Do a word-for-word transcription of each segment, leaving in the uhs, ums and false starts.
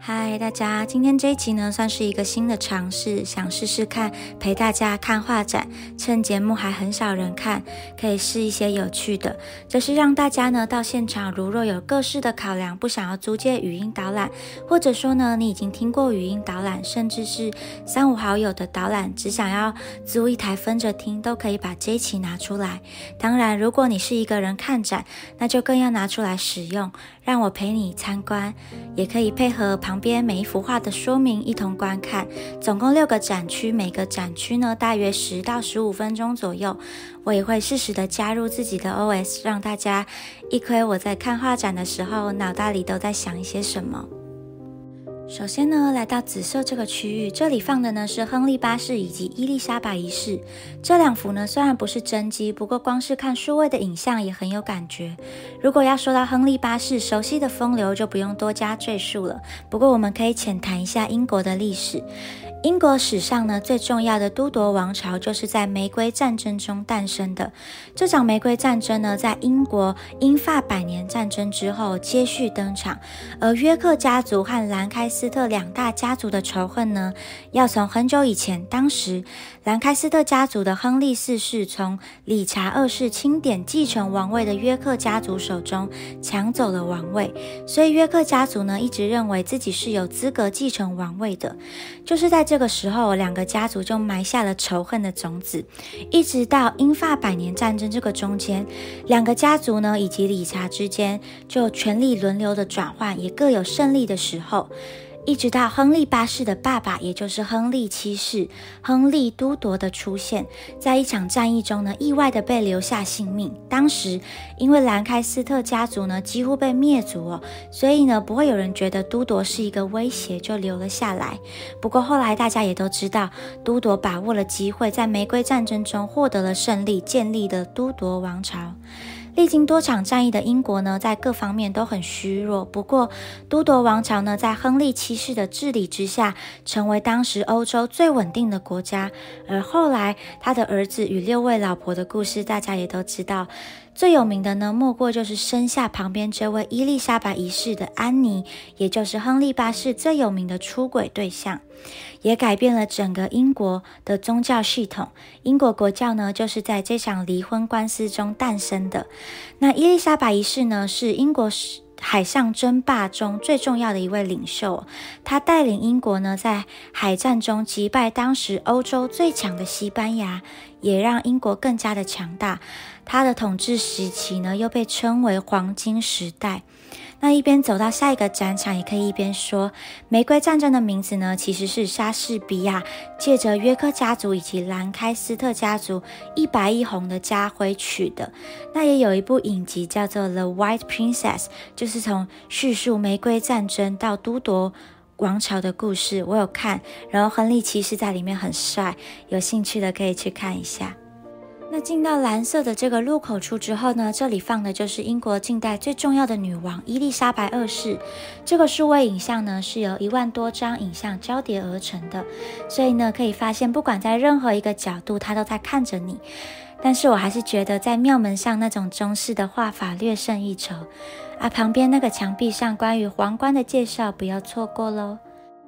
嗨，大家，今天这一集呢，算是一个新的尝试，想试试看陪大家看画展，趁节目还很少人看，可以试一些有趣的，这是让大家呢到现场，如若有各式的考量，不想要租借语音导览，或者说呢你已经听过语音导览，甚至是三五好友的导览，只想要租一台分着听，都可以把这一期拿出来。当然，如果你是一个人看展，那就更要拿出来使用，让我陪你参观，也可以配合旁边每一幅画的说明一同观看。总共六个展区，每个展区呢大约十到十五分钟左右，我也会适时的加入自己的 O S， 让大家一窥我在看画展的时候脑袋里都在想一些什么。首先呢，来到紫色这个区域，这里放的呢是亨利八世以及伊丽莎白一世。这两幅呢虽然不是真迹，不过光是看数位的影像也很有感觉。如果要说到亨利八世，熟悉的风流就不用多加赘述了。不过我们可以浅谈一下英国的历史。英国史上呢最重要的都铎王朝就是在玫瑰战争中诞生的。这场玫瑰战争呢在英国英法百年战争之后接续登场，而约克家族和兰开斯特两大家族的仇恨呢要从很久以前，当时兰开斯特家族的亨利四世从理查二世钦点继承王位的约克家族手中抢走了王位，所以约克家族呢一直认为自己是有资格继承王位的。就是在这个时候，两个家族就埋下了仇恨的种子，一直到英法百年战争这个中间，两个家族呢以及理查之间就权力轮流的转换，也各有胜利的时候。一直到亨利八世的爸爸，也就是亨利七世亨利都铎的出现，在一场战役中呢意外的被留下性命。当时因为兰开斯特家族呢几乎被灭族哦，所以呢不会有人觉得都铎是一个威胁，就留了下来。不过后来大家也都知道，都铎把握了机会，在玫瑰战争中获得了胜利，建立了都铎王朝。历经多场战役的英国呢，在各方面都很虚弱。不过，都铎王朝呢，在亨利七世的治理之下，成为当时欧洲最稳定的国家。而后来，他的儿子与六位老婆的故事，大家也都知道。最有名的呢，莫过就是生下旁边这位伊丽莎白一世的安妮，也就是亨利八世最有名的出轨对象，也改变了整个英国的宗教系统。英国国教呢，就是在这场离婚官司中诞生的。那伊丽莎白一世呢，是英国海上争霸中最重要的一位领袖，他带领英国呢在海战中击败当时欧洲最强的西班牙，也让英国更加的强大。他的统治时期呢又被称为黄金时代。那一边走到下一个战场，也可以一边说，玫瑰战争的名字呢其实是莎士比亚借着约克家族以及兰开斯特家族一白一红的家徽取的。那也有一部影集叫做 The White Princess， 就是从叙述玫瑰战争到都铎王朝的故事，我有看，然后亨利七世在里面很帅，有兴趣的可以去看一下。那进到蓝色的这个入口处之后呢，这里放的就是英国近代最重要的女王伊丽莎白二世。这个数位影像呢是由一万多张影像交叠而成的，所以呢可以发现不管在任何一个角度它都在看着你。但是我还是觉得在庙门上那种中式的画法略胜一筹啊，旁边那个墙壁上关于皇冠的介绍不要错过咯。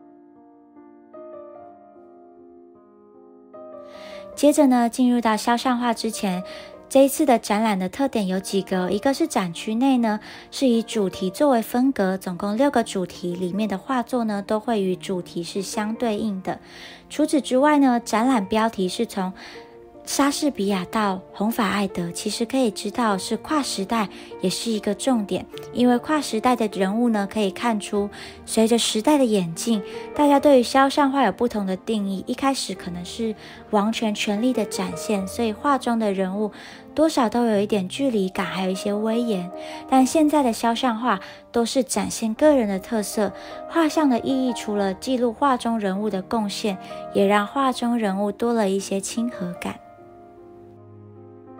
接着呢，进入到肖像画之前，这一次的展览的特点有几个，一个是展区内呢是以主题作为分隔，总共六个主题，里面的画作呢都会与主题是相对应的。除此之外呢，展览标题是从莎士比亚到红发艾德，其实可以知道是跨时代，也是一个重点，因为跨时代的人物呢，可以看出随着时代的演进，大家对于肖像画有不同的定义。一开始可能是王权权力的展现，所以画中的人物多少都有一点距离感，还有一些威严。但现在的肖像画都是展现个人的特色，画像的意义除了记录画中人物的贡献，也让画中人物多了一些亲和感。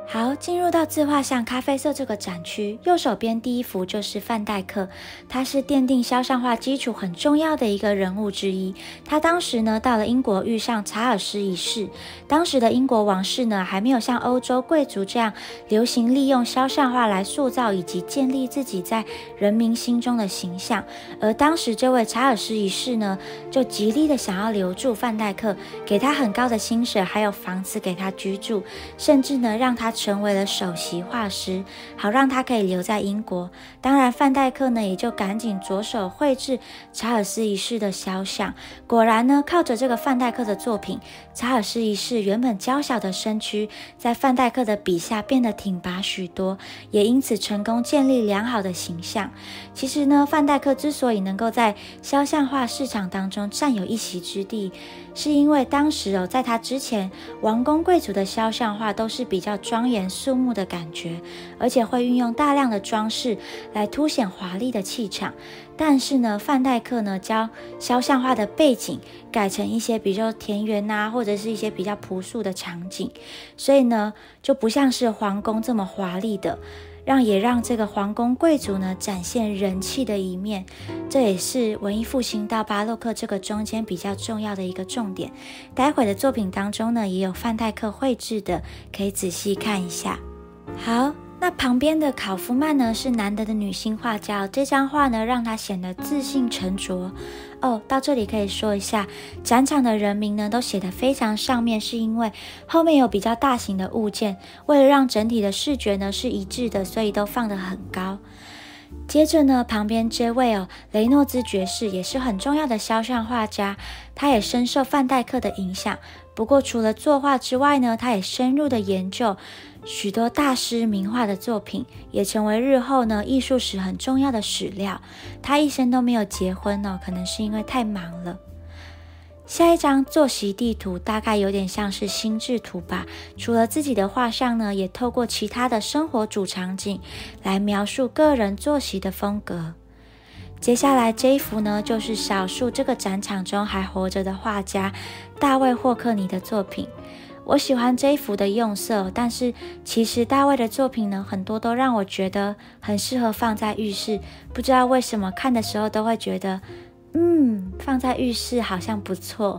好，进入到自画像咖啡色这个展区，右手边第一幅就是范戴克，他是奠定肖像画基础很重要的一个人物之一。他当时呢到了英国遇上查尔斯一世，当时的英国王室呢还没有像欧洲贵族这样流行利用肖像画来塑造以及建立自己在人民心中的形象，而当时这位查尔斯一世呢就极力的想要留住范戴克，给他很高的薪水，还有房子给他居住，甚至呢让他成为了首席画师，好让他可以留在英国。当然范戴克呢也就赶紧着手绘制查尔斯一世的肖像。果然呢靠着这个范戴克的作品，查尔斯一世原本娇小的身躯在范戴克的笔下变得挺拔许多，也因此成功建立良好的形象。其实呢范戴克之所以能够在肖像画市场当中占有一席之地，是因为当时哦在他之前王公贵族的肖像画都是比较庄严肃穆的感觉，而且会运用大量的装饰来凸显华丽的气场。但是呢范戴克呢将肖像画的背景改成一些比较田园啊，或者是一些比较朴素的场景，所以呢就不像是皇宫这么华丽的，让也让这个皇宫贵族呢展现人气的一面。这也是文艺复兴到巴洛克这个中间比较重要的一个重点。待会的作品当中呢也有范戴克绘制的，可以仔细看一下。好，那旁边的考夫曼呢是难得的女性画家，这张画呢让她显得自信沉着哦。到这里可以说一下，展场的人名呢都写得非常上面，是因为后面有比较大型的物件，为了让整体的视觉呢是一致的，所以都放得很高。接着呢旁边这位哦雷诺兹爵士也是很重要的肖像画家，他也深受范戴克的影响。不过除了作画之外呢，他也深入的研究许多大师名画的作品，也成为日后呢艺术史很重要的史料。他一生都没有结婚哦，可能是因为太忙了。下一张坐席地图大概有点像是心智图吧，除了自己的画像呢，也透过其他的生活主场景来描述个人坐席的风格。接下来这一幅呢，就是少数这个展场中还活着的画家大卫霍克尼的作品。我喜欢这一幅的用色，但是其实大卫的作品呢，很多都让我觉得很适合放在浴室，不知道为什么看的时候都会觉得嗯，放在浴室好像不错。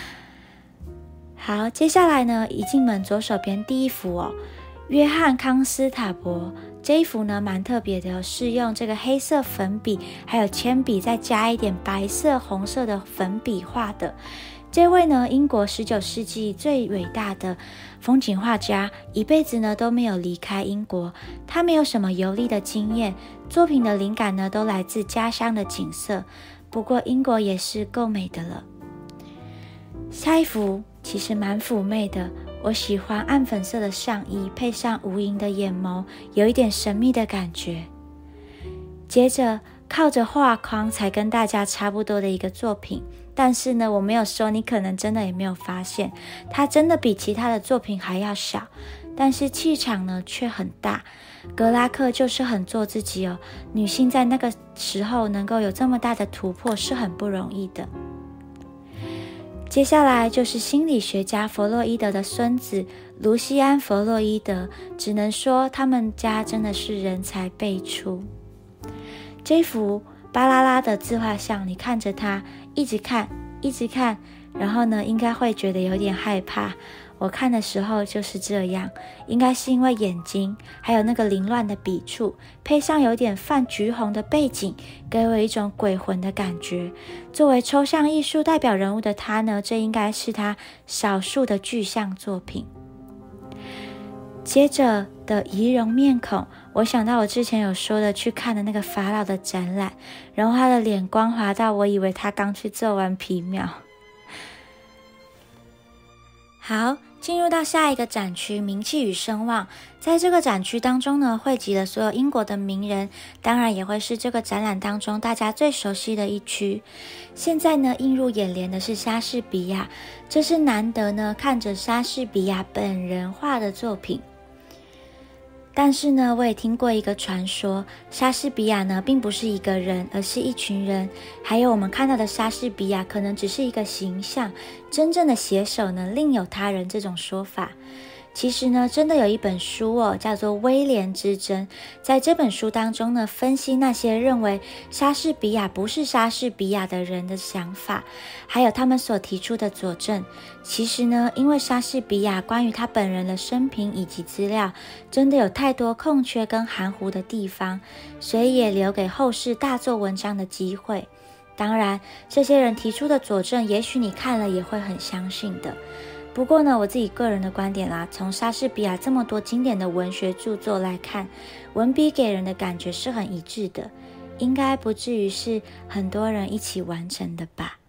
好，接下来呢，一进门左手边第一幅哦，约翰康斯塔伯。这一幅呢蛮特别的，是用这个黑色粉笔还有铅笔再加一点白色红色的粉笔画的。这位呢英国十九世纪最伟大的风景画家，一辈子呢都没有离开英国，他没有什么游历的经验，作品的灵感呢都来自家乡的景色。不过英国也是够美的了。下一幅其实蛮妩媚的，我喜欢暗粉色的上衣配上无垠的眼眸，有一点神秘的感觉。接着靠着画框才跟大家差不多的一个作品，但是呢我没有说，你可能真的也没有发现，它真的比其他的作品还要小，但是气场呢却很大。格拉克就是很做自己哦，女性在那个时候能够有这么大的突破是很不容易的。接下来就是心理学家弗洛伊德的孙子卢西安·弗洛伊德，只能说他们家真的是人才辈出。这幅巴啦啦的自画像，你看着它一直看一直看，然后呢应该会觉得有点害怕。我看的时候就是这样，应该是因为眼睛还有那个凌乱的笔触，配上有点泛橘红的背景，给我一种鬼魂的感觉。作为抽象艺术代表人物的他呢，这应该是他少数的具象作品。接着的仪容面孔，我想到我之前有说的去看的那个法老的展览，然后他的脸光滑到我以为他刚去做完皮秒。好，进入到下一个展区，名气与声望。在这个展区当中呢，汇集了所有英国的名人，当然也会是这个展览当中大家最熟悉的一区。现在呢，映入眼帘的是莎士比亚，这是难得呢看着莎士比亚本人画的作品。但是呢，我也听过一个传说，莎士比亚呢并不是一个人，而是一群人。还有我们看到的莎士比亚可能只是一个形象，真正的写手呢另有他人这种说法。 其实呢，真的有一本书哦，叫做《威廉之争》。在这本书当中呢，分析那些认为莎士比亚不是莎士比亚的人的想法，还有他们所提出的佐证。其实呢，因为莎士比亚关于他本人的生平以及资料，真的有太多空缺跟含糊的地方，所以也留给后世大做文章的机会。当然，这些人提出的佐证，也许你看了也会很相信的。不过呢，我自己个人的观点啦，从莎士比亚这么多经典的文学著作来看，文笔给人的感觉是很一致的，应该不至于是很多人一起完成的吧。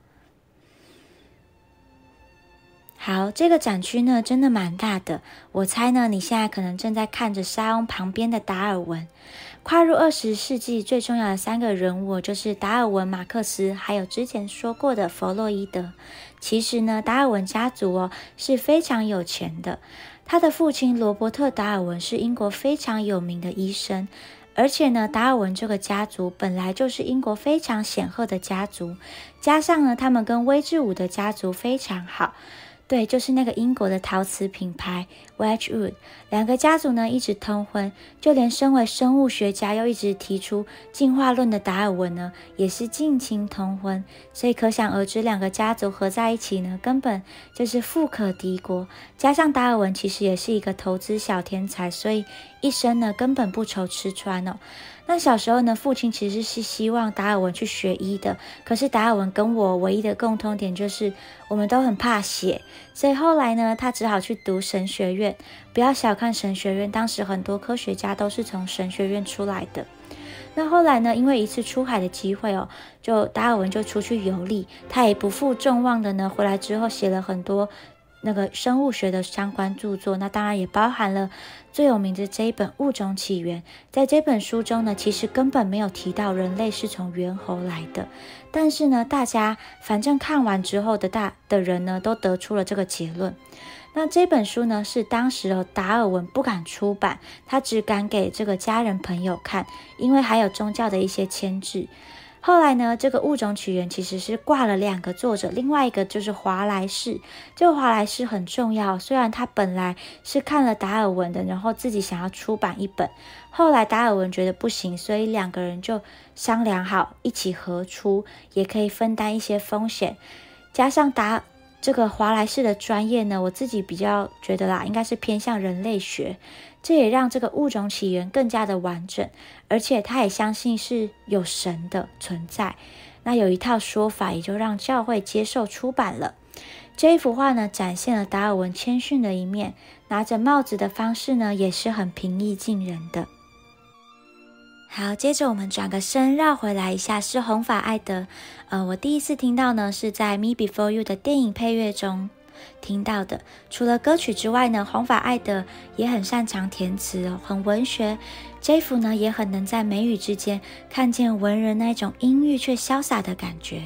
好，这个展区呢真的蛮大的，我猜呢你现在可能正在看着莎翁旁边的达尔文。跨入二十世纪最重要的三个人物就是达尔文、马克思，还有之前说过的弗洛伊德。其实呢，达尔文家族哦是非常有钱的，他的父亲罗伯特·达尔文是英国非常有名的医生，而且呢，达尔文这个家族本来就是英国非常显赫的家族，加上呢，他们跟威治伍的家族非常好。对，就是那个英国的陶瓷品牌 Wedgwood， 两个家族呢一直通婚，就连身为生物学家又一直提出进化论的达尔文呢，也是近亲通婚，所以可想而知，两个家族合在一起呢，根本就是富可敌国。加上达尔文其实也是一个投资小天才，所以一生呢根本不愁吃穿哦。那小时候呢，父亲其实是希望达尔文去学医的，可是达尔文跟我唯一的共通点就是我们都很怕血，所以后来呢，他只好去读神学院。不要小看神学院，当时很多科学家都是从神学院出来的。那后来呢，因为一次出海的机会哦，就达尔文就出去游历，他也不负众望的呢，回来之后写了很多那个生物学的相关著作，那当然也包含了最有名的这一本《物种起源》。在这本书中呢，其实根本没有提到人类是从猿猴来的，但是呢，大家反正看完之后的大的人呢，都得出了这个结论。那这本书呢，是当时哦达尔文不敢出版，他只敢给这个家人朋友看，因为还有宗教的一些牵制。后来呢，这个物种起源其实是挂了两个作者，另外一个就是华莱士。这个华莱士很重要，虽然他本来是看了达尔文的，然后自己想要出版一本，后来达尔文觉得不行，所以两个人就商量好一起合出，也可以分担一些风险。加上达这个华莱士的专业呢，我自己比较觉得啦，应该是偏向人类学，这也让这个物种起源更加的完整，而且他也相信是有神的存在。那有一套说法，也就让教会接受出版了。这一幅画呢，展现了达尔文谦逊的一面，拿着帽子的方式呢，也是很平易近人的。好，接着我们转个身绕回来一下，是红发艾德。呃，我第一次听到呢，是在《Me Before You》的电影配乐中听到的。除了歌曲之外呢，红发艾德也很擅长填词哦，很文学。这幅呢，也很能在眉宇之间看见文人那种阴郁却潇洒的感觉。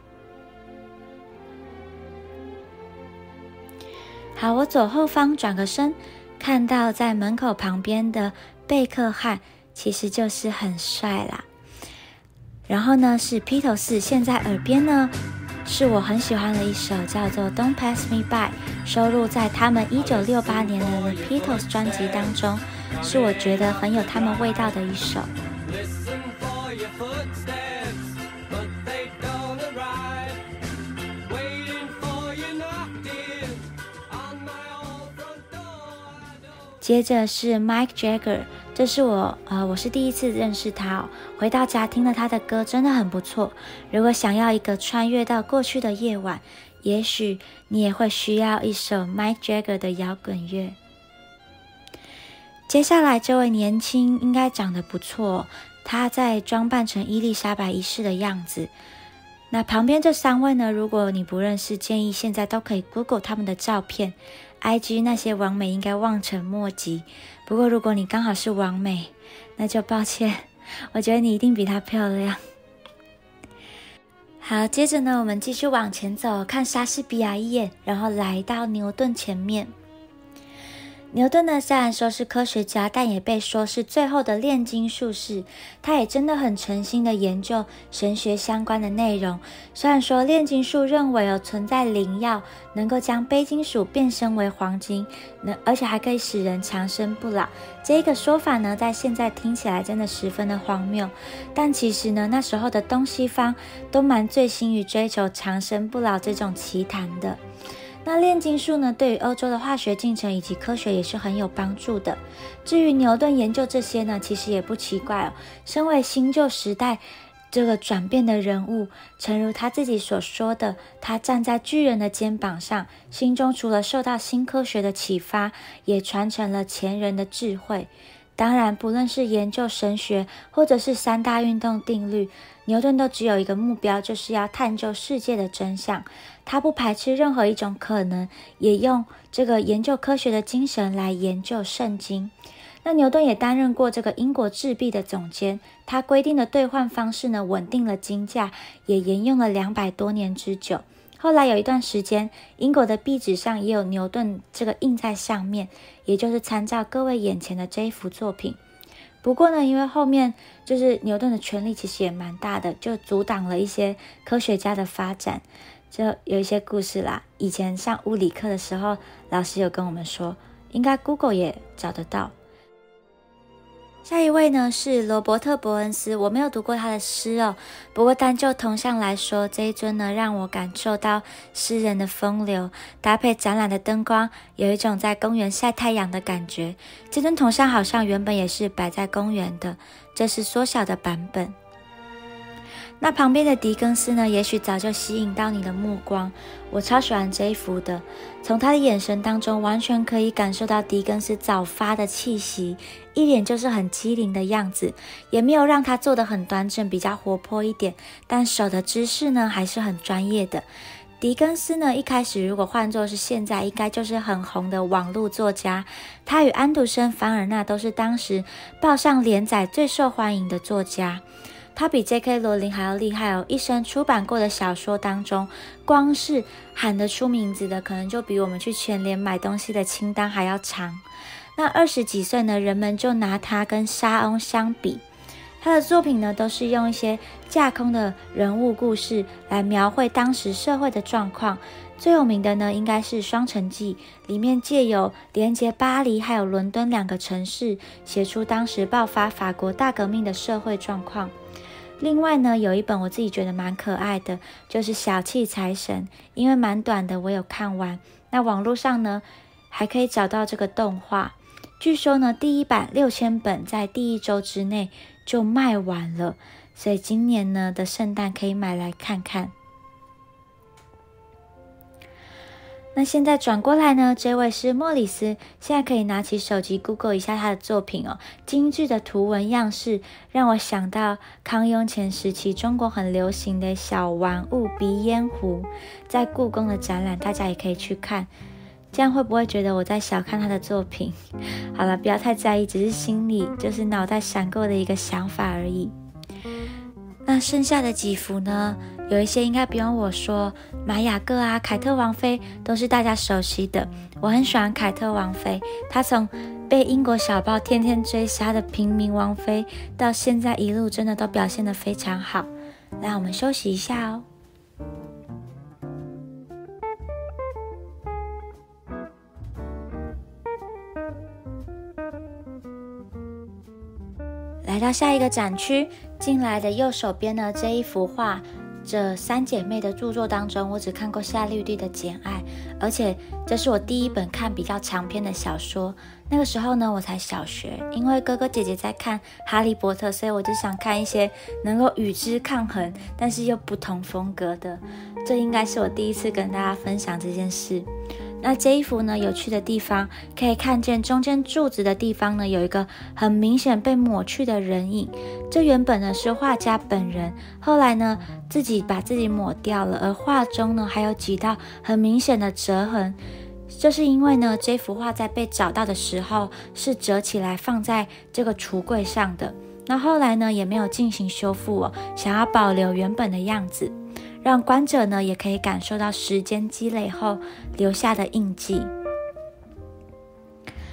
好，我左后方转个身，看到在门口旁边的贝克汉，其实就是很帅啦。然后呢，是披头士，现在耳边呢是我很喜欢的一首叫做 Don't Pass Me By， 收录在他们一九六八年的 The Beatles 专辑当中，是我觉得很有他们味道的一首。接着是 Mike Jagger， 这是我呃我是第一次认识他哦。回到家听了他的歌真的很不错。如果想要一个穿越到过去的夜晚，也许你也会需要一首 Mike Jagger 的摇滚乐。接下来这位年轻应该长得不错，他在装扮成伊丽莎白一世的样子。那旁边这三位呢，如果你不认识，建议现在都可以 Google 他们的照片。I G 那些网美应该望尘莫及，不过如果你刚好是网美，那就抱歉，我觉得你一定比她漂亮。好，接着呢，我们继续往前走，看莎士比亚一眼，然后来到牛顿前面。 牛顿呢，虽然说是科学家，但也被说是最后的炼金术士。他也真的很诚心的研究神学相关的内容。虽然说炼金术认为有存在灵药，能够将钡金属变身为黄金，而且还可以使人长生不老。这一个说法呢，在现在听起来真的十分的荒谬。但其实呢，那时候的东西方都蛮醉心于追求长生不老这种奇谈的。那炼金术呢，对于欧洲的化学进程以及科学也是很有帮助的。至于牛顿研究这些呢，其实也不奇怪哦。身为新旧时代这个转变的人物，诚如他自己所说的，他站在巨人的肩膀上，心中除了受到新科学的启发，也传承了前人的智慧。当然，不论是研究神学，或者是三大运动定律，牛顿都只有一个目标，就是要探究世界的真相。他不排斥任何一种可能，也用这个研究科学的精神来研究圣经。那牛顿也担任过这个英国制币的总监，他规定的兑换方式呢，稳定了金价，也沿用了两百多年之久。后来有一段时间，英国的币纸上也有牛顿这个印在上面，也就是参照各位眼前的这一幅作品。不过呢，因为后面就是牛顿的权力其实也蛮大的，就阻挡了一些科学家的发展。就有一些故事啦，以前上物理课的时候，老师有跟我们说，应该 Google 也找得到。下一位呢是罗伯特·伯恩斯，我没有读过他的诗哦，不过单就铜像来说，这一尊呢让我感受到诗人的风流，搭配展览的灯光，有一种在公园晒太阳的感觉。这尊铜像好像原本也是摆在公园的，这是缩小的版本。那旁边的狄更斯呢，也许早就吸引到你的目光，我超喜欢这一幅的，从他的眼神当中完全可以感受到狄更斯早发的气息，一脸就是很机灵的样子，也没有让他做得很端正，比较活泼一点，但手的姿势呢还是很专业的。狄更斯呢，一开始如果换作是现在，应该就是很红的网络作家。他与安徒生、凡尔纳都是当时报上连载最受欢迎的作家。他比 J K 罗琳还要厉害哦，一生出版过的小说当中，光是喊得出名字的，可能就比我们去全联买东西的清单还要长。那二十几岁呢，人们就拿他跟莎翁相比。他的作品呢，都是用一些架空的人物故事来描绘当时社会的状况。最有名的呢，应该是《双城记》，里面借由连接巴黎还有伦敦两个城市，写出当时爆发法国大革命的社会状况。另外呢，有一本我自己觉得蛮可爱的，就是《小气财神》，因为蛮短的，我有看完。那网络上呢，还可以找到这个动画。据说呢，第一版六千本在第一周之内就卖完了，所以今年呢的圣诞可以买来看看。那现在转过来呢，这位是莫里斯，现在可以拿起手机 Google 一下他的作品哦，精致的图文样式让我想到康雍乾时期中国很流行的小玩物鼻烟壶，在故宫的展览大家也可以去看。这样会不会觉得我在小看他的作品？好了，不要太在意，只是心里就是脑袋闪过的一个想法而已。那剩下的几幅呢，有一些应该不用我说，玛雅各啊、凯特王妃都是大家熟悉的。我很喜欢凯特王妃，她从被英国小报天天追杀的平民王妃，到现在一路真的都表现得非常好。来，我们休息一下哦。来到下一个展区，进来的右手边呢，这一幅画，这三姐妹的著作当中，我只看过夏绿蒂的《简爱》，而且这是我第一本看比较长篇的小说。那个时候呢，我才小学，因为哥哥姐姐在看《哈利波特》，所以我就想看一些能够与之抗衡，但是又不同风格的。这应该是我第一次跟大家分享这件事。那这一幅呢，有趣的地方可以看见中间柱子的地方呢，有一个很明显被抹去的人影。这原本呢是画家本人，后来呢自己把自己抹掉了，而画中呢还有几道很明显的折痕。这是因为呢，这幅画在被找到的时候是折起来放在这个橱柜上的。那后来呢也没有进行修复哦，想要保留原本的样子，让观者呢也可以感受到时间积累后留下的印记。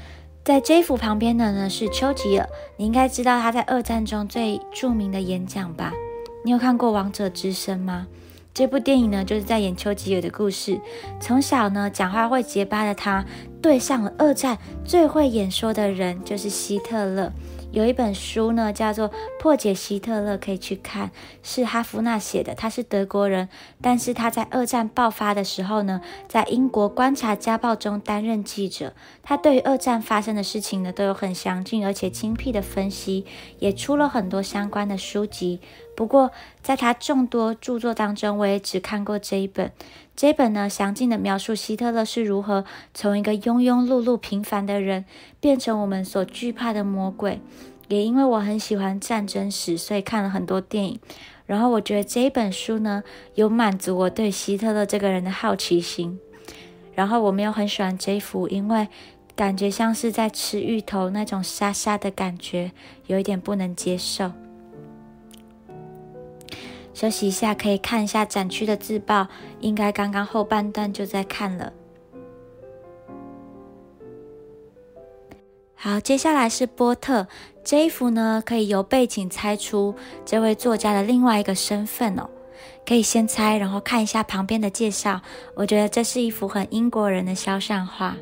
在这一幅旁边的呢是丘吉尔，你应该知道他在二战中最著名的演讲吧？你有看过《王者之声》吗？这部电影呢就是在演丘吉尔的故事。从小呢讲话会结巴的他，对上了二战最会演说的人，就是希特勒。有一本书呢叫做《破解希特勒》，可以去看，是哈夫纳写的。他是德国人，但是他在二战爆发的时候呢，在英国观察家报中担任记者。他对于二战发生的事情呢都有很详尽而且精辟的分析，也出了很多相关的书籍。不过在他众多著作当中，我也只看过这一本。这一本呢详尽的描述希特勒是如何从一个庸庸碌碌平凡的人变成我们所惧怕的魔鬼。也因为我很喜欢战争史，所以看了很多电影。然后我觉得这一本书呢有满足我对希特勒这个人的好奇心。然后我没有很喜欢这一幅，因为感觉像是在吃芋头那种沙沙的感觉，有一点不能接受。休息一下，可以看一下展区的自报，应该刚刚后半段就在看了。好，接下来是波特。这一幅呢可以由背景猜出这位作家的另外一个身份哦。可以先猜，然后看一下旁边的介绍。我觉得这是一幅很英国人的肖像画。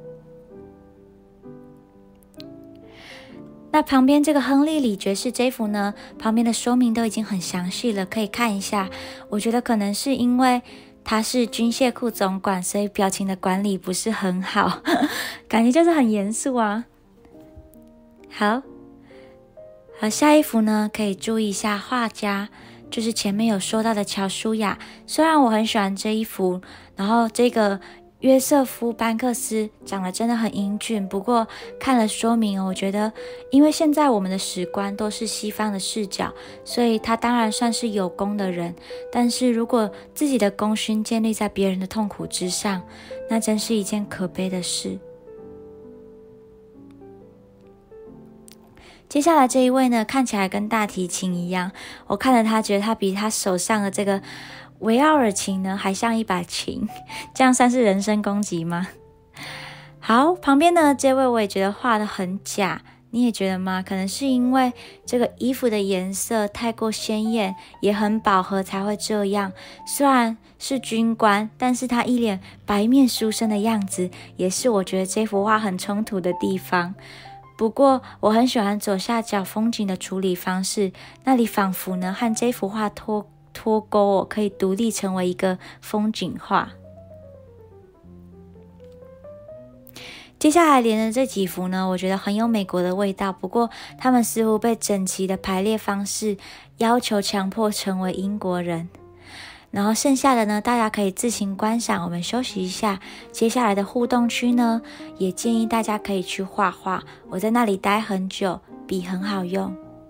那旁边这个亨利李爵士这一幅呢，旁边的说明都已经很详细了，可以看一下。我觉得可能是因为他是军械库总管，所以表情的管理不是很好，感觉就是很严肃啊。好，好，下一幅呢，可以注意一下画家，就是前面有说到的乔舒雅。虽然我很喜欢这一幅，然后这个约瑟夫·班克斯长得真的很英俊，不过看了说明哦，我觉得因为现在我们的史观都是西方的视角，所以他当然算是有功的人，但是如果自己的功勋建立在别人的痛苦之上，那真是一件可悲的事。接下来这一位呢，看起来跟大提琴一样，我看了他觉得他比他手上的这个维奥尔琴呢还像一把琴，这样算是人身攻击吗？好，旁边呢这位我也觉得画得很假，你也觉得吗？可能是因为这个衣服的颜色太过鲜艳，也很饱和才会这样。虽然是军官，但是他一脸白面书生的样子，也是我觉得这幅画很冲突的地方。不过我很喜欢左下角风景的处理方式，那里仿佛呢和这幅画脱脱钩哦，可以独立成为一个风景画。接下来连的这几幅呢，我觉得很有美国的味道，不过他们似乎被整齐的排列方式要求强迫成为英国人。然后剩下的呢，大家可以自行观赏，我们休息一下。接下来的互动区呢，也建议大家可以去画画，我在那里待很久，笔很好用。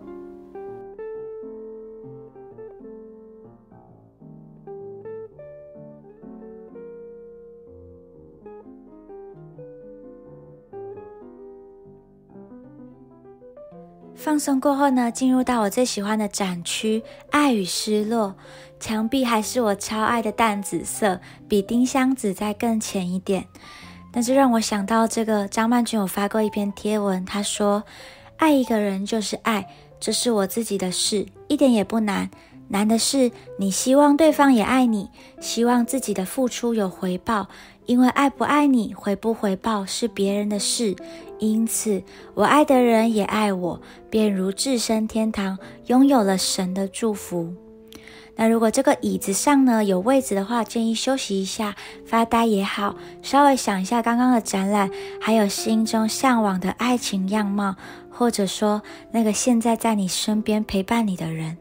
放松过后呢，进入到我最喜欢的展区——爱与失落。墙壁还是我超爱的淡紫色，比丁香紫再更浅一点。但是让我想到这个张曼君有发过一篇贴文，他说：爱一个人就是爱，这是我自己的事，一点也不难。难的是你希望对方也爱你，希望自己的付出有回报，因为爱不爱你，回不回报是别人的事。因此我爱的人也爱我，便如置身天堂，拥有了神的祝福。那如果这个椅子上呢有位置的话，建议休息一下，发呆也好，稍微想一下刚刚的展览，还有心中向往的爱情样貌，或者说那个现在在你身边陪伴你的人。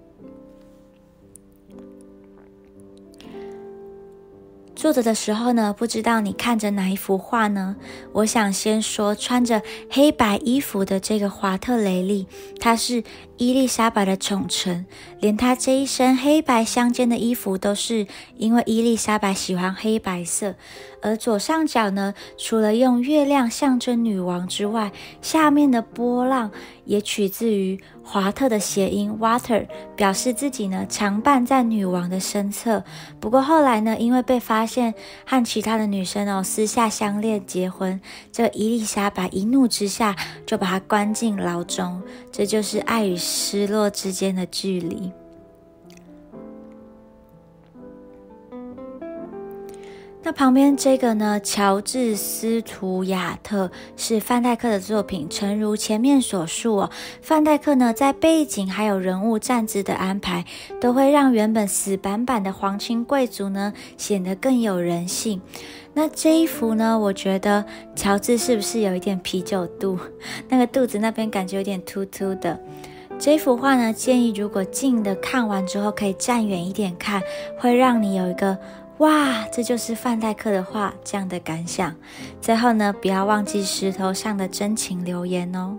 坐着的时候呢，不知道你看着哪一幅画呢？我想先说穿着黑白衣服的这个华特雷利，他是伊丽莎白的宠臣，连他这一身黑白相间的衣服都是因为伊丽莎白喜欢黑白色。而左上角呢，除了用月亮象征女王之外，下面的波浪也取自于华特的谐音 water， 表示自己呢常伴在女王的身侧。不过后来呢，因为被发现和其他的女生哦私下相恋结婚，这伊丽莎白一怒之下就把她关进牢中，这就是爱与失落之间的距离。那旁边这个呢，乔治·斯图亚特是范戴克的作品。诚如前面所述哦，范戴克呢在背景还有人物站姿的安排，都会让原本死板板的皇亲贵族呢显得更有人性。那这一幅呢，我觉得乔治是不是有一点啤酒肚？那个肚子那边感觉有点突突的。这幅画呢，建议如果近的看完之后，可以站远一点看，会让你有一个哇，这就是范戴克的画这样的感想。最后呢，不要忘记石头上的真情留言哦。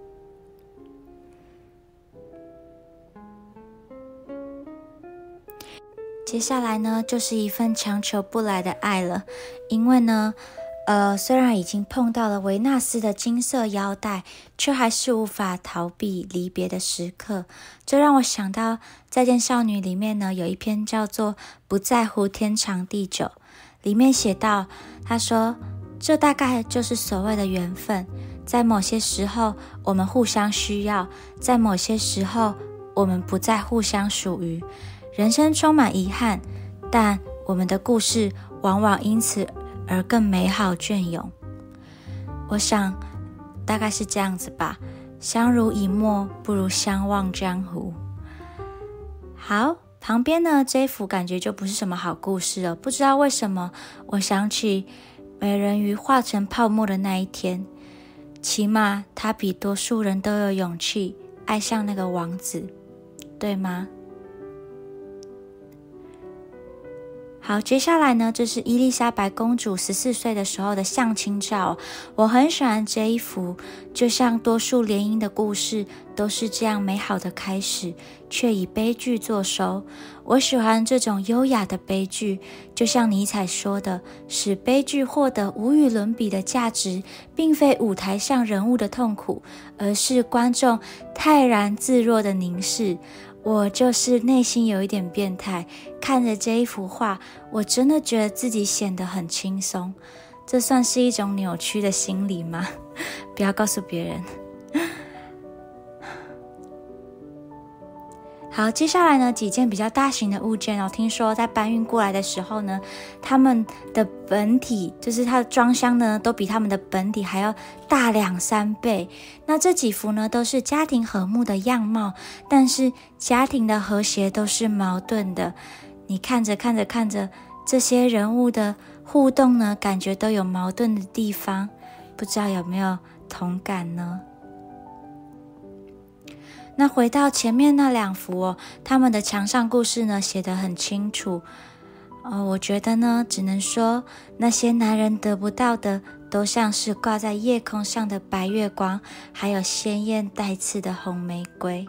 接下来呢，就是一份强求不来的爱了。因为呢呃，虽然已经碰到了维纳斯的金色腰带，却还是无法逃避离别的时刻。这让我想到《再见少女》里面呢，有一篇叫做《不在乎天长地久》，里面写到，他说，这大概就是所谓的缘分，在某些时候我们互相需要，在某些时候我们不再互相属于。人生充满遗憾，但我们的故事往往因此而更美好隽永。我想大概是这样子吧，相濡以沫不如相忘江湖。好，旁边呢这一幅感觉就不是什么好故事了。不知道为什么我想起美人鱼化成泡沫的那一天，起码她比多数人都有勇气爱上那个王子，对吗？好，接下来呢，这是伊丽莎白公主十四岁的时候的相亲照。我很喜欢这一幅，就像多数联姻的故事都是这样美好的开始，却以悲剧作收。我喜欢这种优雅的悲剧，就像尼采说的，使悲剧获得无与伦比的价值，并非舞台上人物的痛苦，而是观众泰然自若的凝视。我就是内心有一点变态，看着这一幅画，我真的觉得自己显得很轻松。这算是一种扭曲的心理吗？不要告诉别人。好，接下来呢，几件比较大型的物件哦，听说在搬运过来的时候呢，他们的本体，就是它的装箱呢，都比他们的本体还要大两三倍。那这几幅呢，都是家庭和睦的样貌，但是家庭的和谐都是矛盾的。你看着看着看着，这些人物的互动呢，感觉都有矛盾的地方，不知道有没有同感呢？那回到前面那两幅哦，他们的墙上故事呢写得很清楚。呃，我觉得呢，只能说那些男人得不到的，都像是挂在夜空上的白月光，还有鲜艳带刺的红玫瑰。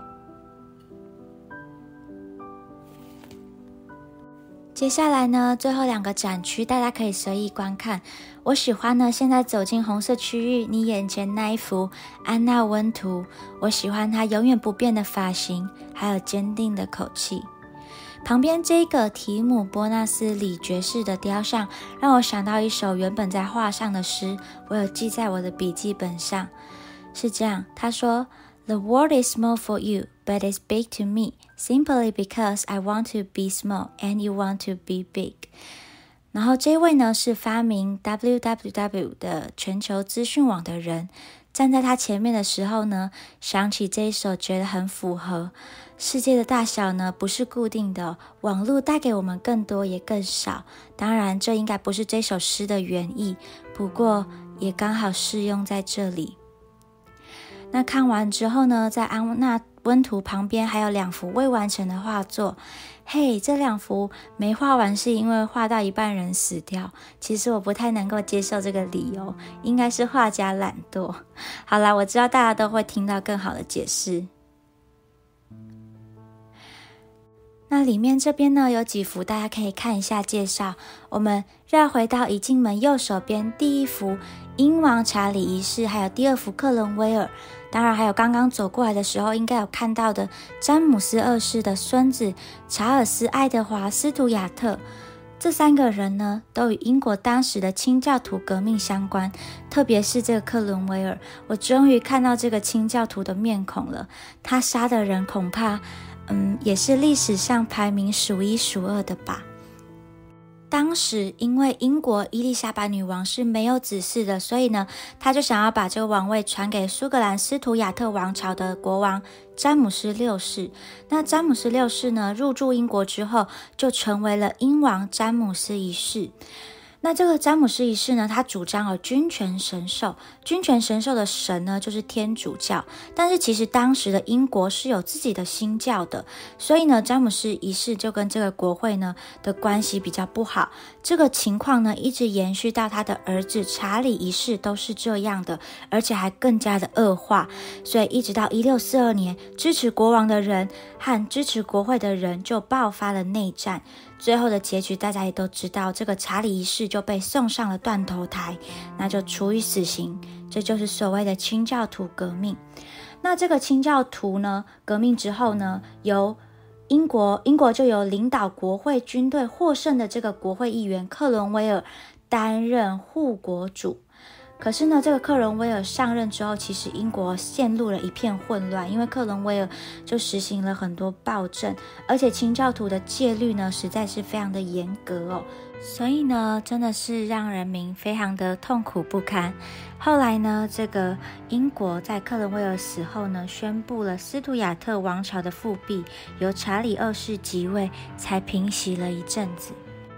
接下来呢，最后两个展区大家可以随意观看。我喜欢呢，现在走进红色区域，你眼前那一幅安娜温图，我喜欢她永远不变的发型，还有坚定的口气。旁边这个提姆·波纳斯里爵士的雕像，让我想到一首原本在画上的诗，我有记在我的笔记本上。是这样，他说 The world is small for you, but it's big to me, simply because I want to be small and you want to be big. 然后这位呢是发明 W W W 的全球资讯网的人，站在他前面的时候呢，想起这一首觉得很符合。世界的大小呢不是固定的，网络带给我们更多也更少。当然这应该不是这首诗的原意，不过也刚好适用在这里。那看完之后呢，在安娜温图旁边还有两幅未完成的画作。嘿，这两幅没画完是因为画到一半人死掉，其实我不太能够接受这个理由，应该是画家懒惰。好啦，我知道大家都会听到更好的解释。那里面这边呢有几幅大家可以看一下介绍。我们绕回到一进门右手边第一幅英王查理一世，还有第二幅克伦威尔。 当然还有刚刚走过来的时候应该有看到的詹姆斯二世的孙子查尔斯·爱德华·斯图亚特。这三个人呢，都与英国当时的清教徒革命相关，特别是这个克伦威尔，我终于看到这个清教徒的面孔了。他杀的人恐怕，嗯，也是历史上排名数一数二的吧。当时因为英国伊丽莎白女王是没有子嗣的，所以呢，他就想要把这个王位传给苏格兰斯图亚特王朝的国王詹姆斯六世。那詹姆斯六世呢，入驻英国之后，就成为了英王詹姆斯一世。那这个詹姆斯一世呢，他主张了君权神授，君权神授的神呢就是天主教，但是其实当时的英国是有自己的新教的，所以呢詹姆斯一世就跟这个国会呢的关系比较不好。这个情况呢一直延续到他的儿子查理一世都是这样的，而且还更加的恶化，所以一直到一六四二年，支持国王的人和支持国会的人就爆发了内战。最后的结局大家也都知道，这个查理一世就被送上了断头台，那就处以死刑。这就是所谓的清教徒革命。那这个清教徒呢革命之后呢，由英国英国就由领导国会军队获胜的这个国会议员克伦威尔担任护国主。可是呢，这个克伦威尔上任之后，其实英国陷入了一片混乱，因为克伦威尔就实行了很多暴政，而且清教徒的戒律呢，实在是非常的严格哦，所以呢，真的是让人民非常的痛苦不堪。后来呢，这个英国在克伦威尔死后呢，宣布了斯图亚特王朝的复辟，由查理二世即位，才平息了一阵子。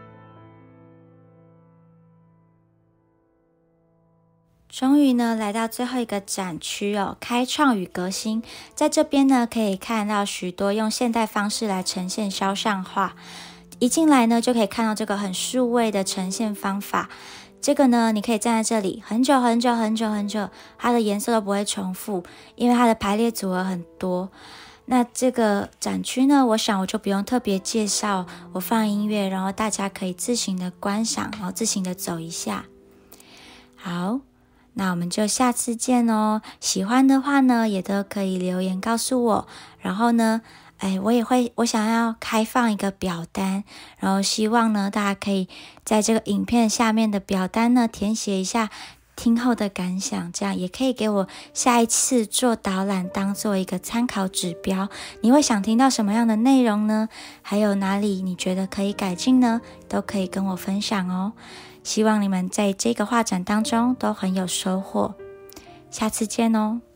终于呢，来到最后一个展区哦，开创与革新。在这边呢，可以看到许多用现代方式来呈现肖像画。一进来呢，就可以看到这个很数位的呈现方法。这个呢，你可以站在这里很久很久很久很久，它的颜色都不会重复，因为它的排列组合很多。那这个展区呢，我想我就不用特别介绍，我放音乐，然后大家可以自行的观赏，然后自行的走一下。好。那我们就下次见哦，喜欢的话呢也都可以留言告诉我，然后呢哎，我也会我想要开放一个表单，然后希望呢大家可以在这个影片下面的表单呢填写一下听后的感想，这样也可以给我下一次做导览当做一个参考指标。你会想听到什么样的内容呢？还有哪里你觉得可以改进呢？都可以跟我分享哦。希望你们在这个画展当中都很有收获，下次见哦。